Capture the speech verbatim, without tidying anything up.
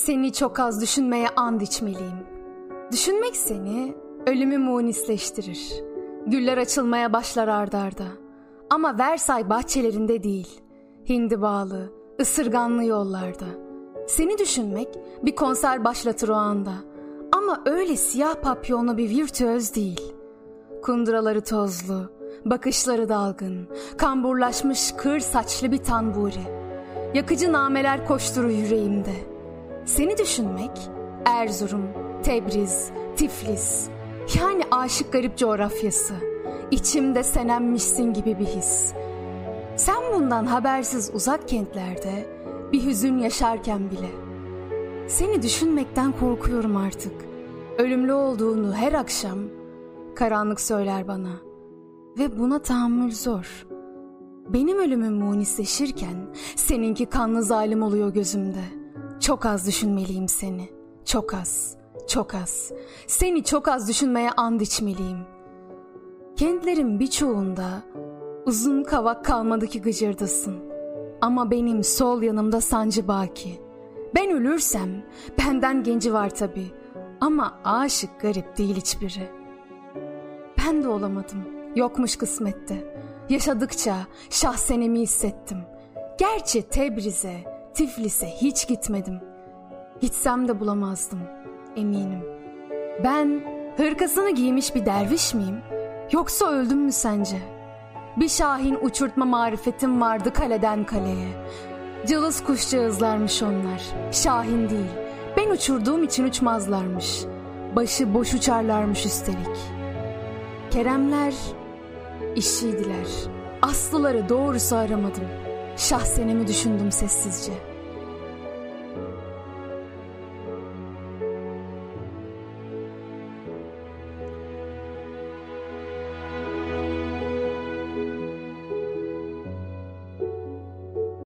Seni çok az düşünmeye and içmeliyim. Düşünmek seni ölümü munisleştirir. Güller açılmaya başlar ardarda. Arda. Ama Versay bahçelerinde değil, hindibalı, ısırganlı yollarda. Seni düşünmek bir konser başlatır o anda. Ama öyle siyah papyonlu bir virtüöz değil. Kunduraları tozlu, bakışları dalgın, kamburlaşmış kır saçlı bir tamburi. Yakıcı nameler koşturur yüreğimde. Seni düşünmek Erzurum, Tebriz, Tiflis, yani aşık garip coğrafyası. İçimde sen emmişsin gibi bir his. Sen bundan habersiz uzak kentlerde bir hüzün yaşarken bile. Seni düşünmekten korkuyorum artık. Ölümlü olduğunu her akşam karanlık söyler bana. Ve buna tahammül zor. Benim ölümüm munisleşirken seninki kanlı zalim oluyor gözümde. Çok az düşünmeliyim seni. Çok az, çok az. Seni çok az düşünmeye and içmeliyim. Kentlerin birçoğunda uzun kavak kalmadı ki gıcırdasın. Ama benim sol yanımda sancı baki. Ben ölürsem benden genci var tabii. Ama aşık garip değil hiçbiri. Ben de olamadım. Yokmuş kısmette. Yaşadıkça şahsenemi hissettim. Gerçi Tebriz'e, Tiflis'e hiç gitmedim. Gitsem de bulamazdım, eminim. Ben hırkasını giymiş bir derviş miyim? Yoksa öldüm mü sence? Bir şahin uçurtma marifetim vardı kaleden kaleye. Cılız kuşcağızlarmış onlar, şahin değil. Ben uçurduğum için uçmazlarmış. Başı boş uçarlarmış üstelik. Keremler işiydiler. Aslıları doğrusu aramadım. Şahsenemi düşündüm sessizce.